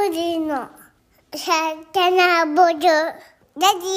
グリのサタナボルラジ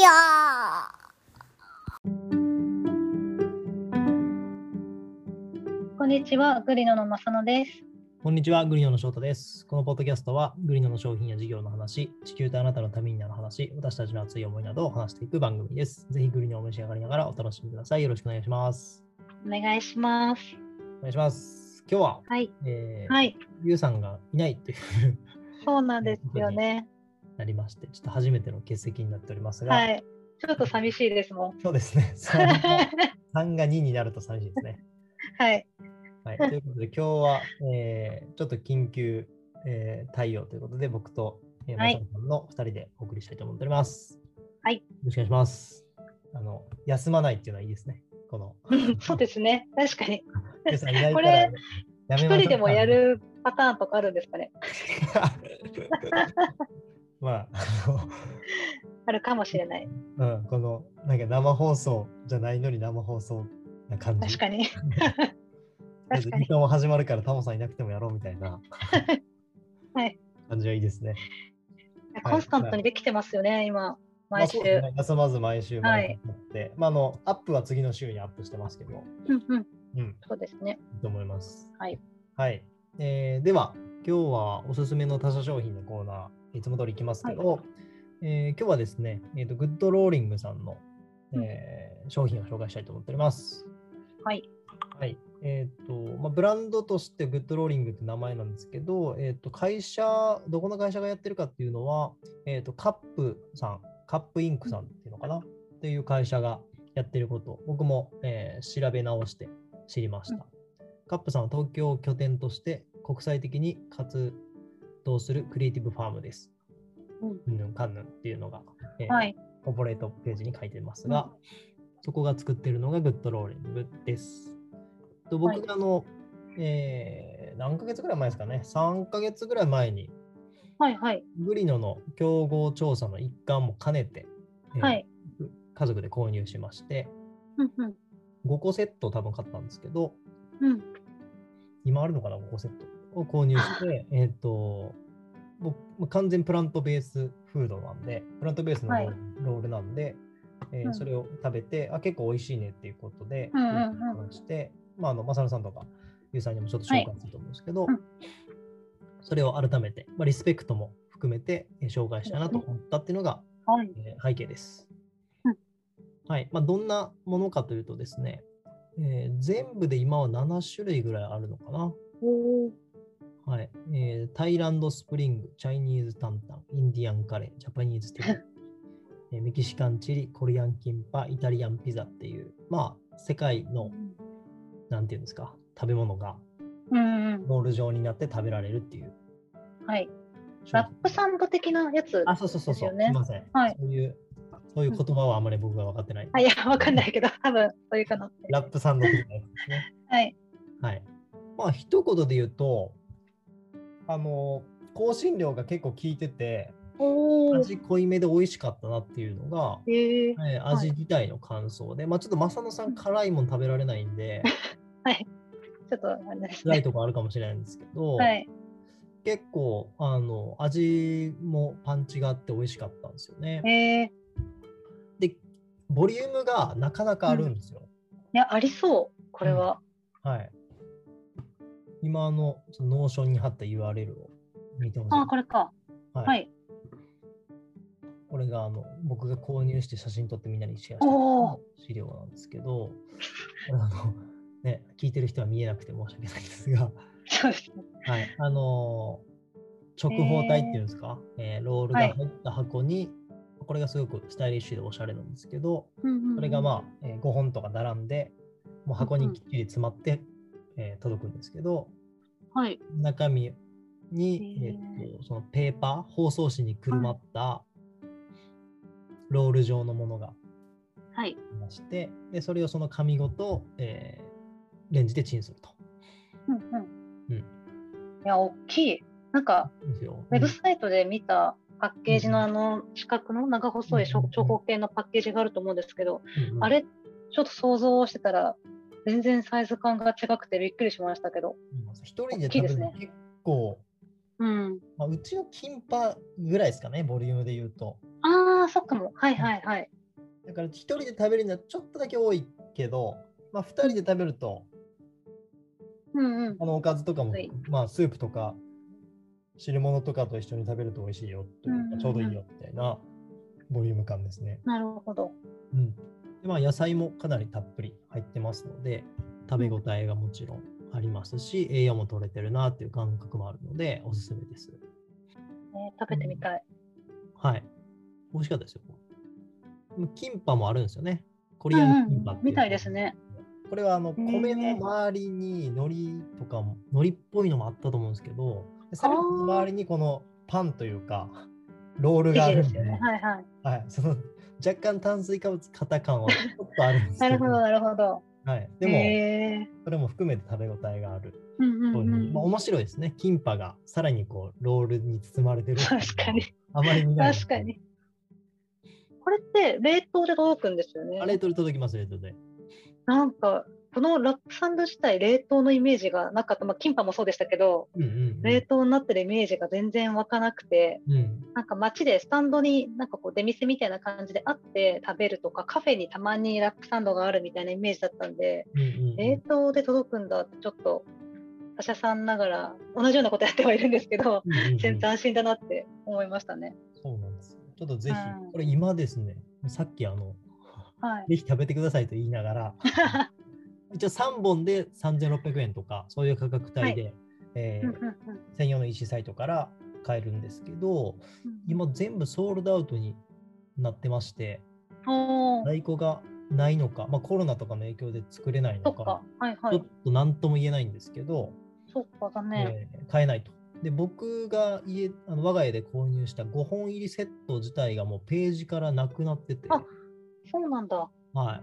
オ。こんにちは、グリノの正野です。 こんにちは、グリノの翔太です。このポッドキャストは、グリノの商品や事業の話、地球とあなたのためになる話、私たちの熱い思いなどを話していく番組です。ぜひグリノを召し上がりながらお楽しみください。よろしくお願いします。 お願いします。 お願いします。今日は、ゆうさんがいないというそうなんですよね。 なりまして、ちょっと初めての欠席になっておりますが、 はい、ちょっと寂しいですもん。 そうですね。3が2になると寂しいですね。 はい。 はい、ということで、今日は、ちょっと緊急、対応ということで、僕と正野さんの2人でお送りしたいと思っております。 はい。 よろしくお願いします。休まないっていうのはいいですね。 そうですね。確かに。 これ、 一人でもやるパターンとかあるんですかね。 まあ、 あるかもしれない。 なんか生放送じゃないのに生放送な感じ。 確かに。 確かに。時間は始まるからタモさんいなくてもやろうみたいな感じはいいですね。 コンスタントにできてますよね、今。毎週。 休まず毎週毎週やって、アップは次の週にアップしてますけど。 そうですね。 いいと思います。 はい。 はい。では、今日はおすすめの他社商品のコーナー、いつも通りいきますけど、今日はですね、グッドローリングさんの、商品を紹介したいと思っております。 はい。 はい。ブランドとしてグッドローリングって名前なんですけど、どこの会社がやってるかっていうのは、カップさん、カップインクさんっていうのかなっていう会社がやってることを僕も、調べ直して知りました。カップさんは東京を拠点として国際的に活動するクリエイティブファームです。カンヌンっていうのが、コーポレートページに書いてますが、そこが作ってるのがグッドローリングです。僕が何ヶ月ぐらい前ですかね、3ヶ月ぐらい前に、グリノの競合調査の一環も兼ねて、家族で購入しまして、5個セット多分買ったんですけど、今あるのかな、5個セットを購入して、完全プラントベースフードなんで、プラントベースのロールなんで、それを食べて、結構美味しいねっていうことで、話して、正野さんとかゆうさんにもちょっと紹介すると思うんですけど、それを改めて、リスペクトも含めて紹介したいなと思ったっていうのが、背景です。どんなものかというとですね、全部で今は7種類ぐらいあるのかな。タイランドスプリング、チャイニーズタンタン、インディアンカレー、ジャパニーズテリー、メキシカンチリ、コリアンキンパ、イタリアンピザっていう、世界の、なんていうんですか、食べ物がロール状になって食べられるっていう。 ラップサンド的なやつですよね。 そう。すみません。そういう言葉はあまり僕が分かってない。 いや、分かんないけど、多分そういうかなって。 ラップサンド的なやつですね。一言で言うと、香辛料が結構効いてて、味濃いめで美味しかったなっていうのが、味自体の感想で、ちょっと正野さん辛いもの食べられないんで、 ちょっと辛いとこあるかもしれないんですけど、結構味もパンチがあって美味しかったんですよね。で、ボリュームがなかなかあるんですよ。 いや、ありそう、これは。 今ノーションに貼った URL を見てほしい。 これか。 これが僕が購入して写真撮ってみんなにシェアした資料なんですけど、聞いてる人は見えなくて申し訳ないんですが、直方体っていうんですか、ロールが入った箱に、これがすごくスタイリッシュでおしゃれなんですけど、それが5本とか並んで、もう箱にきっちり詰まって、届くんですけど、中身に、そのペーパー、包装紙にくるまったロール状のものがありまして、でそれをその紙ごと、レンジでチンすると。 いや、大きい。なんか、ウェブサイトで見たパッケージの四角の長細い長方形のパッケージがあると思うんですけど、あれ、ちょっと想像してたら、全然サイズ感が違くてびっくりしましたけど。 一人で食べるの結構まあ、うちのキンパぐらいですかね、ボリュームで言うと。 ああ、そっかも。はいはいはい。 だから1人で食べるにはちょっとだけ多いけど、まあ、2人で食べると、おかずとかも、まあ、スープとか汁物とかと一緒に食べると美味しいよというか、ちょうどいいよみたいなボリューム感ですね。 なるほど。 でまあ、野菜もかなりたっぷり入ってますので、食べ応えがもちろんありますし、栄養も取れてるなっていう感覚もあるので、おすすめです。 食べてみたい。 はい。美味しかったですよ。キンパもあるんですよね。コリアンキンパっていう。 みたいですね。 これは米の周りに海苔とかも、海苔っぽいのもあったと思うんですけど、さらにその周りにこのパンというか、ロールがあるんで、その若干炭水化物型感はちょっとあるんですけど。 なるほど、なるほど。 はい、でも、それも含めて食べ応えがある。面白いですね。キンパがさらにこうロールに包まれてる。 確かに。 あまり見ない。 確かに。これって冷凍で届くんですよね。 冷凍で届きます、冷凍で。 なんか、このラップサンド自体、冷凍のイメージがなかった。まあ、キンパもそうでしたけど、冷凍になってるイメージが全然湧かなくて、なんか街でスタンドになんかこう出店みたいな感じであって食べるとか、カフェにたまにラップサンドがあるみたいなイメージだったんで、冷凍で届くんだってちょっと、他社さんながら同じようなことやってはいるんですけど、全然安心だなって思いましたね。 そうなんです。ちょっとぜひ、これ今ですね、さっきぜひ食べてくださいと言いながら、一応3本で3600円とか、そういう価格帯で、専用の EC サイトから買えるんですけど、今全部ソールドアウトになってまして、在庫がないのか、まあ、コロナとかの影響で作れないのか、ちょっと何とも言えないんですけど、買えないと。で、僕が我が家で購入した5本入りセット自体がもうページからなくなってて。 あ、そうなんだ。 はい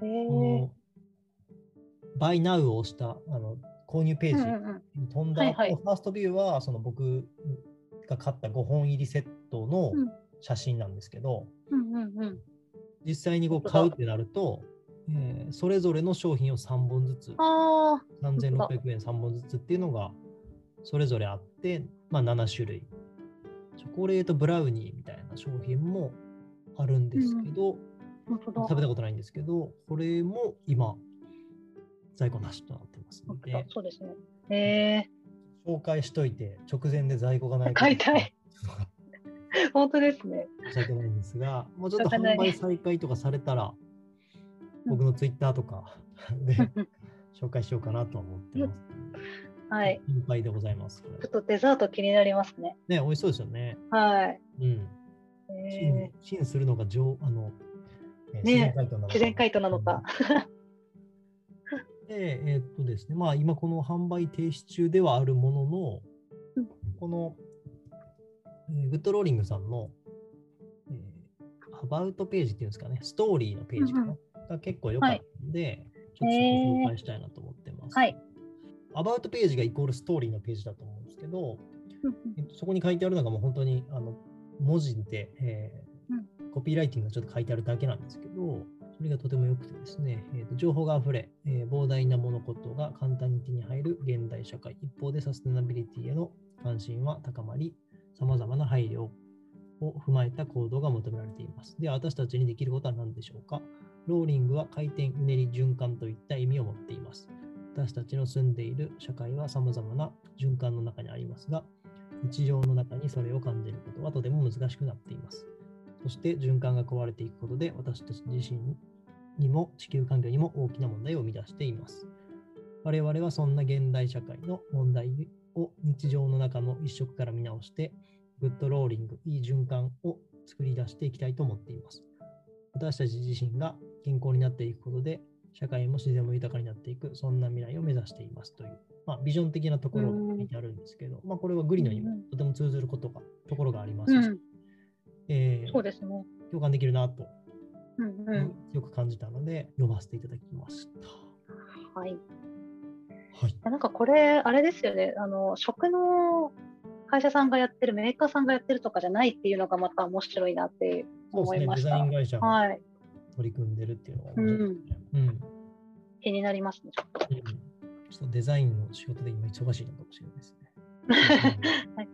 。Buy Now を押した購入ページに飛んだ後、ファーストビューはその僕が買った5本入りセットの写真なんですけど、実際に買うってなると、それぞれの商品を3本ずつ、3600円3本ずつっていうのがそれぞれあって、まあ、7種類。チョコレートブラウニーみたいな商品もあるんですけど、食べたことないんですけど、これも今、在庫なしとなってますので、 そうですね。 紹介しといて、直前で在庫がない買いたい。本当ですね。 申し訳ないんですが、もうちょっと販売再開とかされたら、僕のツイッターとかで紹介しようかなと思ってます。 はい。 心配でございます。 ちょっとデザート気になりますね。 ね、美味しそうですよね。 はい。 チンするのが自然解凍なのか。 で、ですね、まあ今この販売停止中ではあるものの、この、グッドローリングさんの、アバウトページっていうんですかね、ストーリーのページかな、が結構良かったので、ちょっと紹介したいなと思ってます。アバウトページがイコールストーリーのページだと思うんですけど、そこに書いてあるのがもう本当に文字で、コピーライティングがちょっと書いてあるだけなんですけど、それがとても良くてですね、情報があふれ、膨大な物事が簡単に手に入る現代社会。一方でサステナビリティへの関心は高まり、様々な配慮を踏まえた行動が求められています。では、私たちにできることは何でしょうか。ローリングは回転、うねり、循環といった意味を持っています。私たちの住んでいる社会は様々な循環の中にありますが、日常の中にそれを感じることはとても難しくなっています。そして循環が壊れていくことで私たち自身にも地球環境にも大きな問題を生み出しています。我々はそんな現代社会の問題を日常の中の一色から見直して、グッドローリング、いい循環を作り出していきたいと思っています。私たち自身が健康になっていくことで、社会も自然も豊かになっていく、そんな未来を目指していますという、ビジョン的なところが書いてあるんですけど、これはグリノにもとても通ずるところがありますし、 そうですね。 共感できるなと、よく感じたので読ませていただきました。 はい。なんかこれあれですよね。食の会社さんがやってる、メーカーさんがやってるとかじゃないっていうのがまた面白いなって思いました。 そうですね。デザイン会社が取り組んでるっていうのが面白いですね。 気になりますね。ちょっとデザインの仕事で今忙しいのかもしれないですね。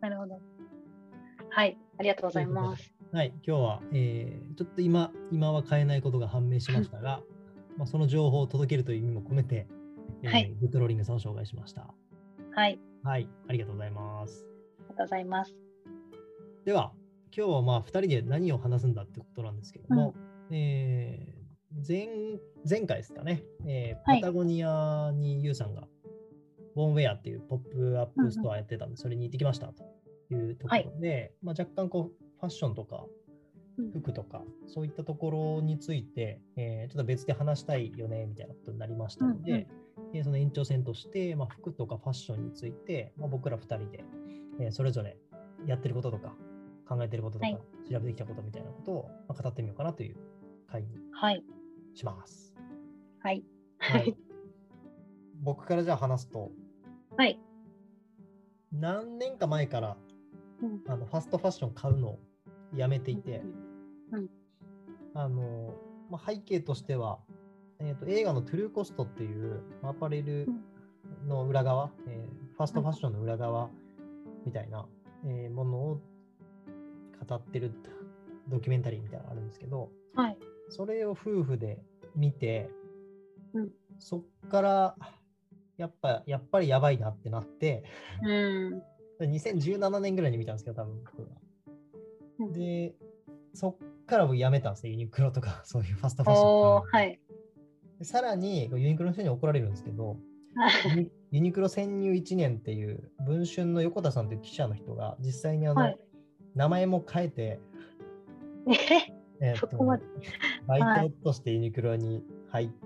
なるほど。はい、ありがとうございます。 はい、今日は、ちょっと今は買えないことが判明しましたが、まあその情報を届けるという意味も込めて、 はい、 グッドローリングさんを紹介しました。 はい、 はい、ありがとうございます。 ありがとうございます。 では、今日はまあ2人で何を話すんだってことなんですけども、前回ですかね、パタゴニアにユウさんがボーンウェアっていうポップアップストアやってたんで、それに行ってきましたというところで、まあ、若干こうファッションとか服とか、そういったところについて、ちょっと別で話したいよねみたいなことになりましたので、その延長線として、まあ、服とかファッションについて、まあ、僕ら2人で、それぞれやってることとか考えてることとか、調べてきたことみたいなことを、まあ、語ってみようかなという回にします。 はい。 はい。僕からじゃあ話すと、 はい。 何年か前から、ファストファッション買うのをやめていて、まあ、背景としては、映画のトゥルーコストっていうアパレルの裏側、ファストファッションの裏側みたいな、ものを語ってるドキュメンタリーみたいなのがあるんですけど、それを夫婦で見て、そっからやっぱりやばいなってなって、2017年ぐらいに見たんですけど、多分僕は。で、そっから僕やめたんですね、ユニクロとか、そういうファストファッション。でさらに、ユニクロの人に怒られるんですけど、ユニクロ潜入1年っていう、文春の横田さんという記者の人が、実際に名前も変えて、バイトとしてユニクロに入って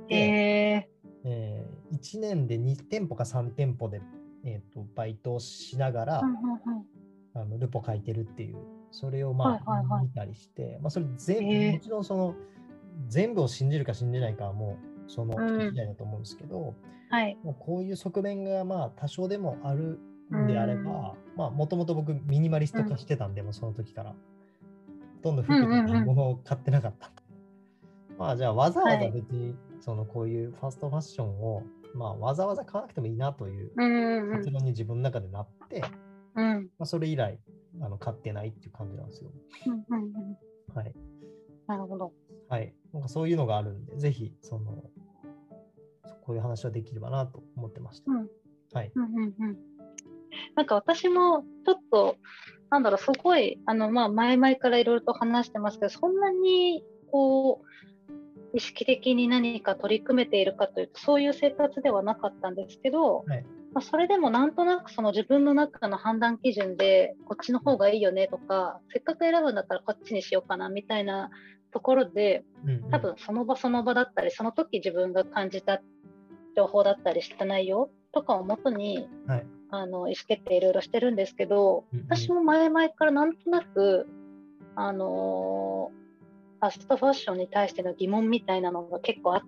、1年で2店舗か3店舗で、バイトをしながら、ルポ書いてるっていう、それをまあ見たりして、まあそれもちろんその全部を信じるか信じないかはもうその人次第だと思うんですけど、もうこういう側面がまあ多少でもあるんであれば、まあもともと僕ミニマリスト化してたんで、もその時からほとんど服とか物を買ってなかったんで、まあじゃあわざわざ別にそのこういうファストファッションをまあわざわざ買わなくてもいいなという結論に自分の中でなって、まあ、それ以来買ってないっていう感じなんですよ。はい。 なるほど。 はい。なんかそういうのがあるんで、ぜひこういう話はできればなと思ってました。はい。 なんか私もちょっとすごいまあ前々からいろいろと話してますけど、そんなにこう意識的に何か取り組めているかというとそういう生活ではなかったんですけど、まあ、それでもなんとなくその自分の中の判断基準でこっちの方がいいよねとか、せっかく選ぶんだったらこっちにしようかなみたいなところで、多分その場その場だったりその時自分が感じた情報だったりした内容とかをもとに、意思決定いろいろしてるんですけど、私も前々からなんとなくファストファッションに対しての疑問みたいなのが結構あって、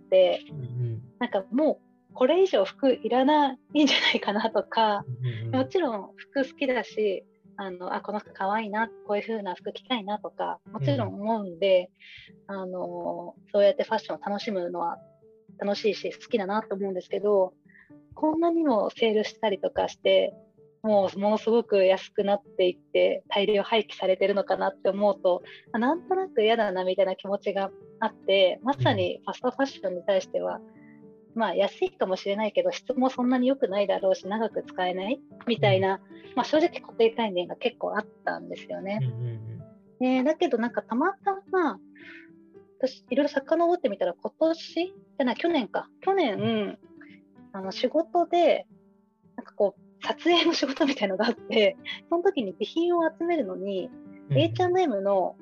なんかもうこれ以上服いらないんじゃないかなとか、もちろん服好きだし、この服かわいいな、こういう風な服着たいなとか、もちろん思うんで、そうやってファッションを楽しむのは楽しいし好きだなと思うんですけど、こんなにもセールしたりとかして、もうものすごく安くなっていって大量廃棄されてるのかなって思うと、なんとなく嫌だなみたいな気持ちがあって、まさにファストファッションに対しては、まあ安いかもしれないけど質もそんなに良くないだろうし長く使えないみたいな、まあ、正直固定概念が結構あったんですよね。だけどなんかたまたま私いろいろ遡ってみたら去年仕事でなんかこう撮影の仕事みたいなのがあって、その時に備品を集めるのに、H&M の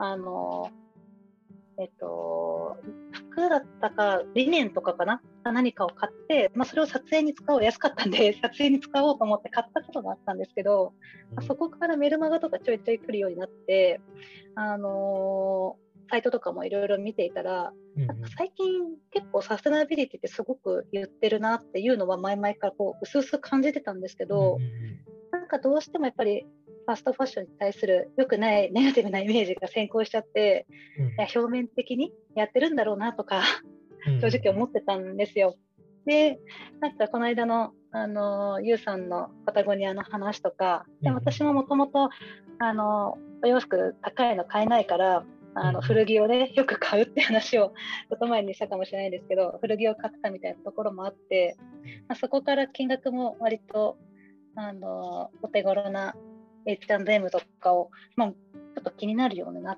服だったかリネンとかかな何かを買って、まあ、それを撮影に使おう、安かったんで撮影に使おうと思って買ったことがあったんですけど、そこからメルマガとかちょいちょい来るようになって、サイトとかもいろいろ見ていたら、最近結構サステナビリティってすごく言ってるなっていうのは前々からこう薄々感じてたんですけど、なんかどうしてもやっぱりファストファッションに対する良くないネガティブなイメージが先行しちゃって、いや表面的にやってるんだろうなとか正直思ってたんですよ。で、なんかこの間のユウさんのパタゴニアの話とか、で私ももともとお洋服高いの買えないから、古着をね、よく買うって話をちょっと前にしたかもしれないですけど、古着を買ってたみたいなところもあって、そこから金額も割とお手頃な H&M とかを、ちょっと気になるようになって、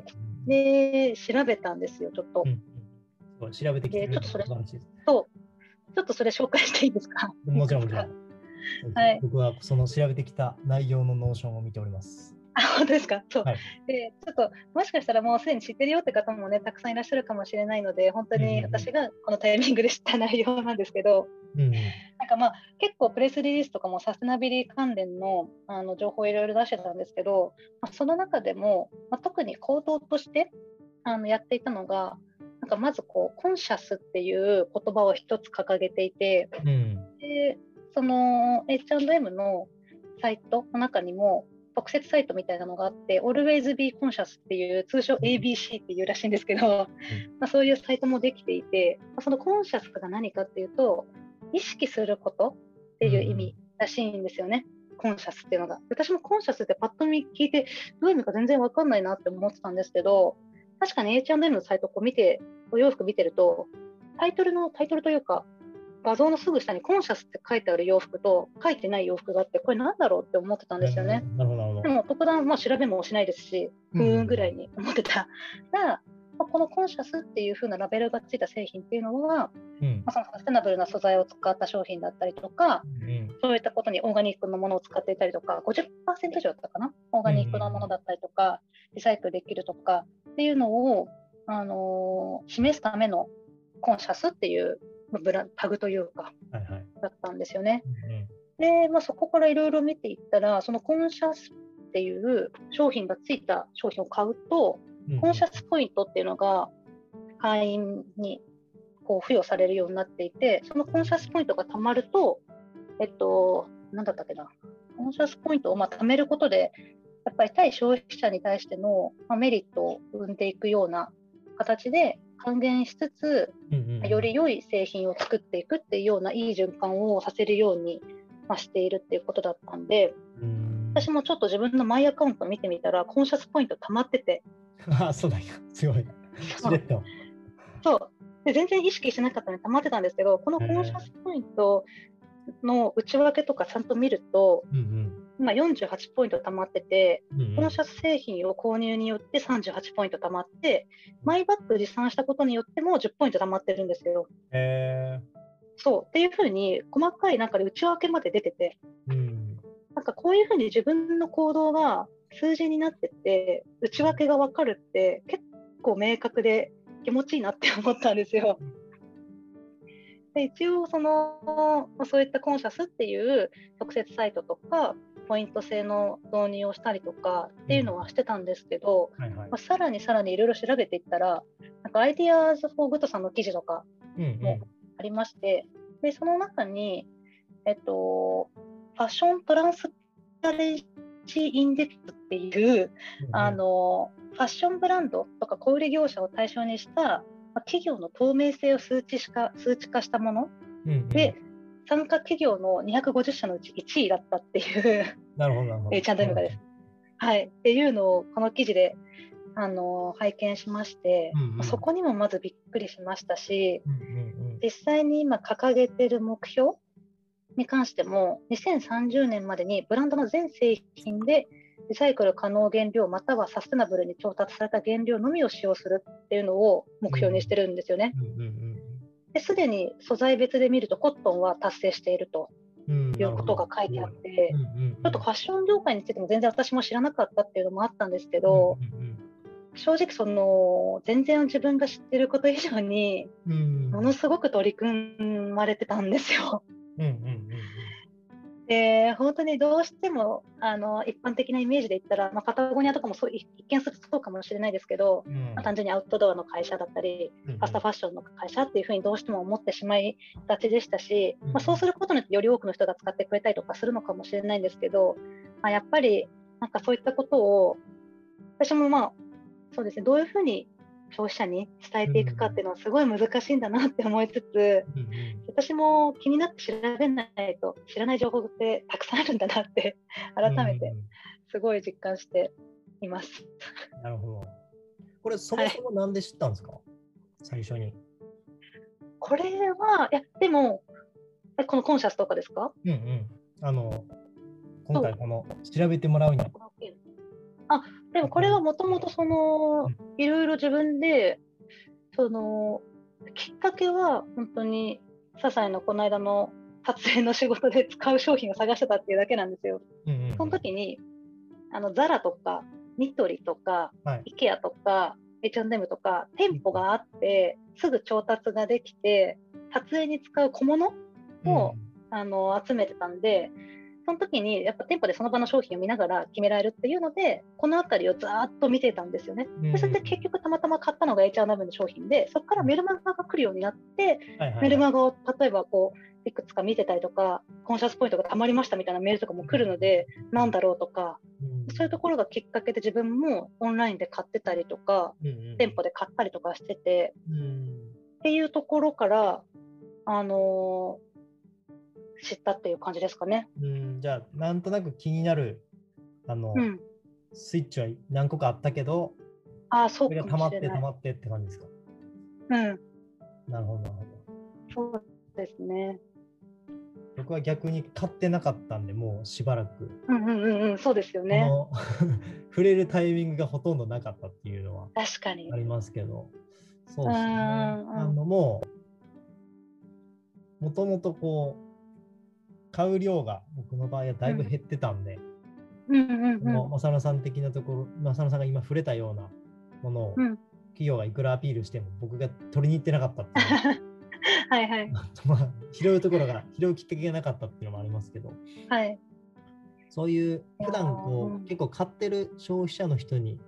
で調べたんですよ、ちょっと。 調べてきてちょっとそれ紹介していいですか？ もちろんもちろん。はい、僕はその調べてきた内容のノーションを見ております。 本当ですか？そう、 はい、 でちょっともしかしたらもうすでに知ってるよって方もね、たくさんいらっしゃるかもしれないので、本当に私がこのタイミングで知った内容なんですけど、なんか結構プレスリリースとかもサステナビリティ関連の、情報をいろいろ出してたんですけど、その中でも、特に行動としてやっていたのが、なんかまずコンシャスっていう言葉を一つ掲げていて、でその H&M のサイトの中にも特設サイトみたいなのがあって、Always Be Conscious っていう、通称 ABC っていうらしいんですけど、そういうサイトもできていて、そのコンシャスが何かっていうと、意識することっていう意味らしいんですよね、コンシャスっていうのが。私もコンシャスってパッと見聞いて、どういう意味か全然わかんないなって思ってたんですけど、確かに H&M のサイトを見て、お洋服見てると、タイトルというか、画像のすぐ下にコンシャスって書いてある洋服と書いてない洋服があって、これなんだろうって思ってたんですよね。でも特段調べもしないですし、ぐらいに思ってたら、このコンシャスっていう風なラベルがついた製品っていうのは、そのサステナブルな素材を使った商品だったりとか、そういったことにオーガニックのものを使っていたりとか、50% 以上だったかな、オーガニックのものだったりとか、リサイクルできるとかっていうのを、示すためのコンシャスっていうタグというか、だったんですよね。で、そこからいろいろ見ていったら、そのコンシャスっていう商品がついた商品を買うと、コンシャスポイントっていうのが会員に付与されるようになっていて、そのコンシャスポイントがたまると、なんだったっけな、コンシャスポイントを貯めることで、やっぱり対消費者に対してのメリットを生んでいくような形で還元しつつ、より良い製品を作っていくっていうようないい循環をさせるようにしているっていうことだったんで、私もちょっと自分のマイアカウント見てみたら、コンシャスポイント溜まってて。 そうだよ、すごい。 そうで、全然意識してなかったのに溜まってたんですけど、このコンシャスポイントの内訳とかちゃんと見ると、今48ポイント溜まってて、コンシャス製品を購入によって38ポイント溜まって、マイバッグ持参したことによっても10ポイント溜まってるんですよ。そうっていうふうに細かい中で内訳まで出てて、なんかこういうふうに自分の行動が数字になってて内訳が分かるって結構明確で気持ちいいなって思ったんですよ。で一応そういったコンシャスっていう特設サイトとかポイント制の導入をしたりとかっていうのはしてたんですけど、さらにいろいろ調べていったら、なんか Ideas for Good さんの記事とかもありまして、でその中に、ファッショントランスパレンシーインデックスっていう、ファッションブランドとか小売業者を対象にした企業の透明性を数値化したもので、参加企業の250社のうち1位だったっていうH&M がです、はい、っていうのをこの記事で拝見しまして、そこにもまずびっくりしましたし、実際に今掲げている目標に関しても2030年までにブランドの全製品でリサイクル可能原料またはサステナブルに調達された原料のみを使用するっていうのを目標にしてるんですよね。ですでに素材別で見るとコットンは達成しているということが書いてあって、ちょっとファッション業界についても全然私も知らなかったっていうのもあったんですけど、正直全然自分が知ってること以上にものすごく取り組まれてたんですよ。で本当にどうしても一般的なイメージで言ったら、パタゴニアとかも一見するとそうかもしれないですけど、単純にアウトドアの会社だったり、ファストファッションの会社っていうふうにどうしても思ってしまいがちでしたし、そうすることによってより多くの人が使ってくれたりとかするのかもしれないんですけど、やっぱりなんかそういったことを私もそうですね、どういうふうに消費者に伝えていくかっていうのはすごい難しいんだなって思いつつ、 私も気になって調べないと知らない情報ってたくさんあるんだなって改めてすごい実感しています。 なるほど。これそもそもなんで知ったんですか、最初に。 これは、いや、でも、このコンシャスとかですか？ 今回この調べてもらうには。 でもこれはもともといろいろ自分で、きっかけは本当に、些細なこの間の撮影の仕事で使う商品を探してたっていうだけなんですよ。その時に、ザラとか、ニトリとか、イケアとか、H&M とか、店舗があって、すぐ調達ができて、撮影に使う小物を、集めてたんで、その時にやっぱ店舗でその場の商品を見ながら決められるっていうので、この辺りをずーっと見てたんですよね。でそれで結局たまたま買ったのが H&M の商品で、そこからメルマガが来るようになって、メルマガを例えばいくつか見てたりとか、コンシャスポイントがたまりましたみたいなメールとかも来るので、なんだろうとか、そういうところがきっかけで自分もオンラインで買ってたりとか、店舗で買ったりとかしてて、っていうところから、知ったっていう感じですかね。 じゃあなんとなく気になるスイッチは何個かあったけど、 それが溜まって溜まってって感じですか。なるほどなるほど。そうですね。 僕は逆に買ってなかったんで、もうしばらくそうですよね。 触れるタイミングがほとんどなかったっていうのは確かにありますけど、そうですね。もともと買う量が僕の場合はだいぶ減ってたんで、正野さん的なところ、正野さんが今触れたようなものを、企業がいくらアピールしても僕が取りに行ってなかったっていうはいはい。 拾うきっかけがなかったっていうのもありますけど、 はい、 そういう普段結構買ってる消費者の人に、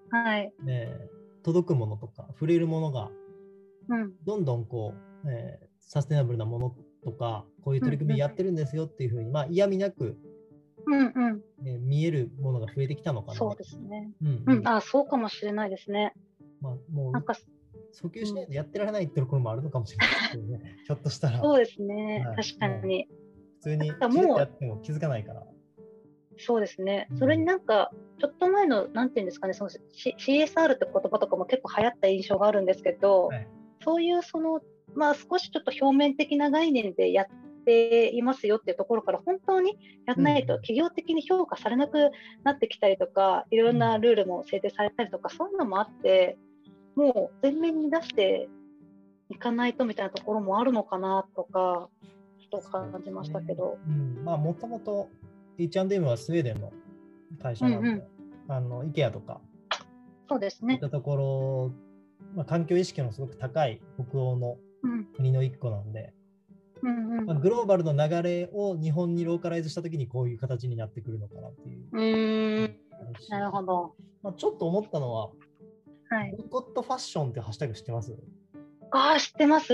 届くものとか触れるものが、どんどんサステナブルなものとか、こういう取り組みやってるんですよっていうふうに、嫌味なく、見えるものが増えてきたのかな。 そうですね。そうかもしれないですね。 もう訴求しないとやってられないってところもあるのかもしれないですけどね。ひょっとしたら。 そうですね。確かに。 普通にやっても気づかないから。 そうですね。それにちょっと前の、なんていうんですかね、CSR って言葉とかも結構流行った印象があるんですけど、そういう少しちょっと表面的な概念でやっていますよっていうところから、本当にやらないと企業的に評価されなくなってきたりとか、いろんなルールも制定されたりとか、そういうのもあって、もう前面に出していかないとみたいなところもあるのかなとか、ちょっと感じましたけど。 もともと H&M はスウェーデンの会社なので、IKEA とか、 そうですね。 そういったところ、環境意識のすごく高い北欧の国の一個なんで、グローバルの流れを日本にローカライズしたときにこういう形になってくるのかなっていう。 なるほど。 ちょっと思ったのは、ボイコットファッションってハッシュタグ知ってます？ 知ってます。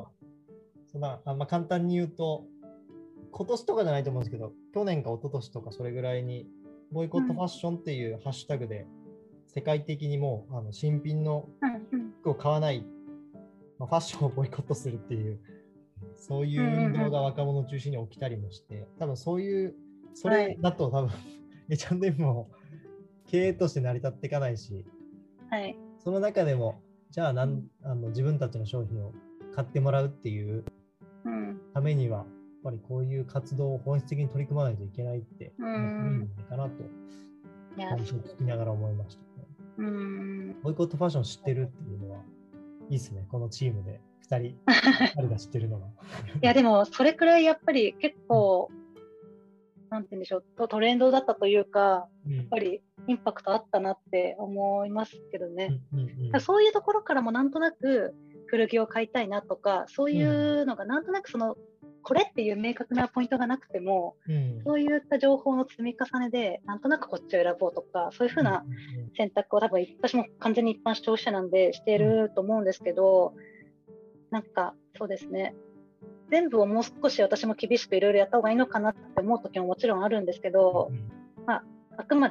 簡単に言うと、今年とかじゃないと思うんですけど、去年か一昨年とかそれぐらいに、ボイコットファッションっていうハッシュタグで、世界的にもう新品の服を買わない、ファッションをボイコットするっていう、そういう運動が若者を中心に起きたりもして、多分それだと多分、H&M も経営として成り立っていかないし、その中でも、じゃあ自分たちの商品を買ってもらうっていうためには、やっぱりこういう活動を本質的に取り組まないといけないって思っていいんじゃないかなと、話を聞きながら思いましたね。ボイコットファッション知ってるっていうのは、いいですね、このチームで2人が知ってるのが。いや、でも、それくらいやっぱり結構、なんて言うんでしょう、トレンドだったというか、やっぱりインパクトあったなって思いますけどね。そういうところからもなんとなく古着を買いたいなとか、そういうのがなんとなくこれっていう明確なポイントがなくても、そういった情報の積み重ねで、なんとなくこっちを選ぼうとか、そういうふうな選択を多分私も完全に一般消費者なんでしていると思うんですけど、そうですね。全部をもう少し私も厳しくいろいろやった方がいいのかなって思う時ももちろんあるんですけど、あくまで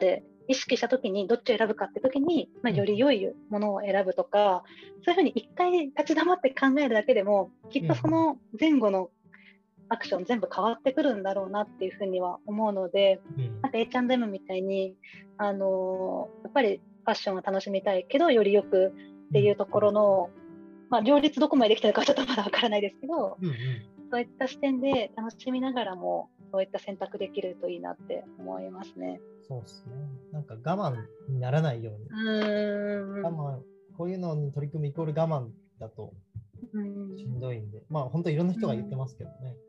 意識したときにどっちを選ぶかってときに、より良いものを選ぶとか、そういうふうに一回立ち止まって考えるだけでも、きっとその前後のアクション全部変わってくるんだろうなっていうふうには思うので、なんか H&M みたいに、やっぱりファッションは楽しみたいけど、よりよくっていうところの、両立どこまでできたのかはちょっとまだわからないですけど、そういった視点で楽しみながらも、そういった選択できるといいなって思いますね。 そうですね。なんか我慢にならないように。こういうのに取り組むイコール我慢だとしんどいんで、本当いろんな人が言ってますけどね。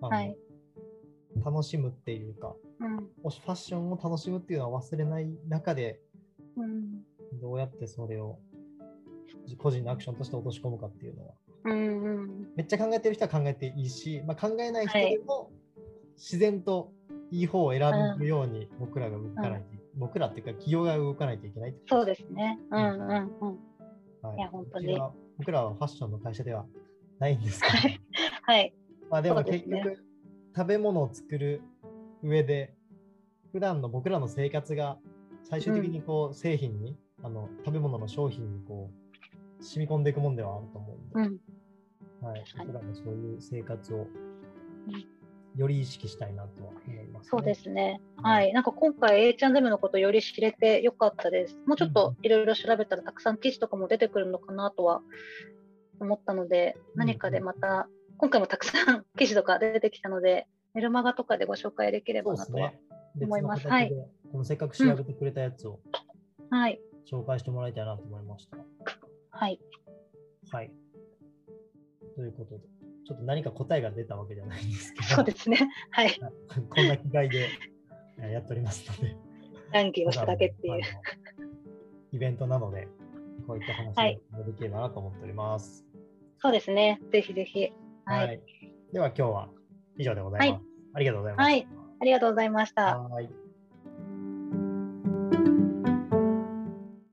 楽しむっていうか、もしファッションを楽しむっていうのは忘れない中で、どうやってそれを個人のアクションとして落とし込むかっていうのは、めっちゃ考えてる人は考えていいし、考えない人でも自然といい方を選ぶように僕らが動かないと、僕らっていうか企業が動かないといけないってそうですね。いや本当に僕らはファッションの会社ではないんですけど、でも結局食べ物を作る上で普段の僕らの生活が最終的に製品に食べ物の商品に染み込んでいくもんではあると思うんで、僕らもそういう生活をより意識したいなとは思いますね。 そうですね。なんか今回 H&M のことをより知れてよかったです。もうちょっといろいろ調べたらたくさん記事とかも出てくるのかなとは思ったので、何かでまた今回もたくさん記事とか出てきたので、メルマガとかでご紹介できればなとは思います。 このせっかく調べてくれたやつを紹介してもらいたいなと思いました。ということで、ちょっと何か答えが出たわけじゃないんですけど、 そうですね。 こんな気概でやっておりますので、 談義をしただけっていう。 イベントなので、こういった話ができればなと思っております。 そうですね。ぜひぜひ。 では今日は以上でございます。ありがとうございました。 ありがとうございました。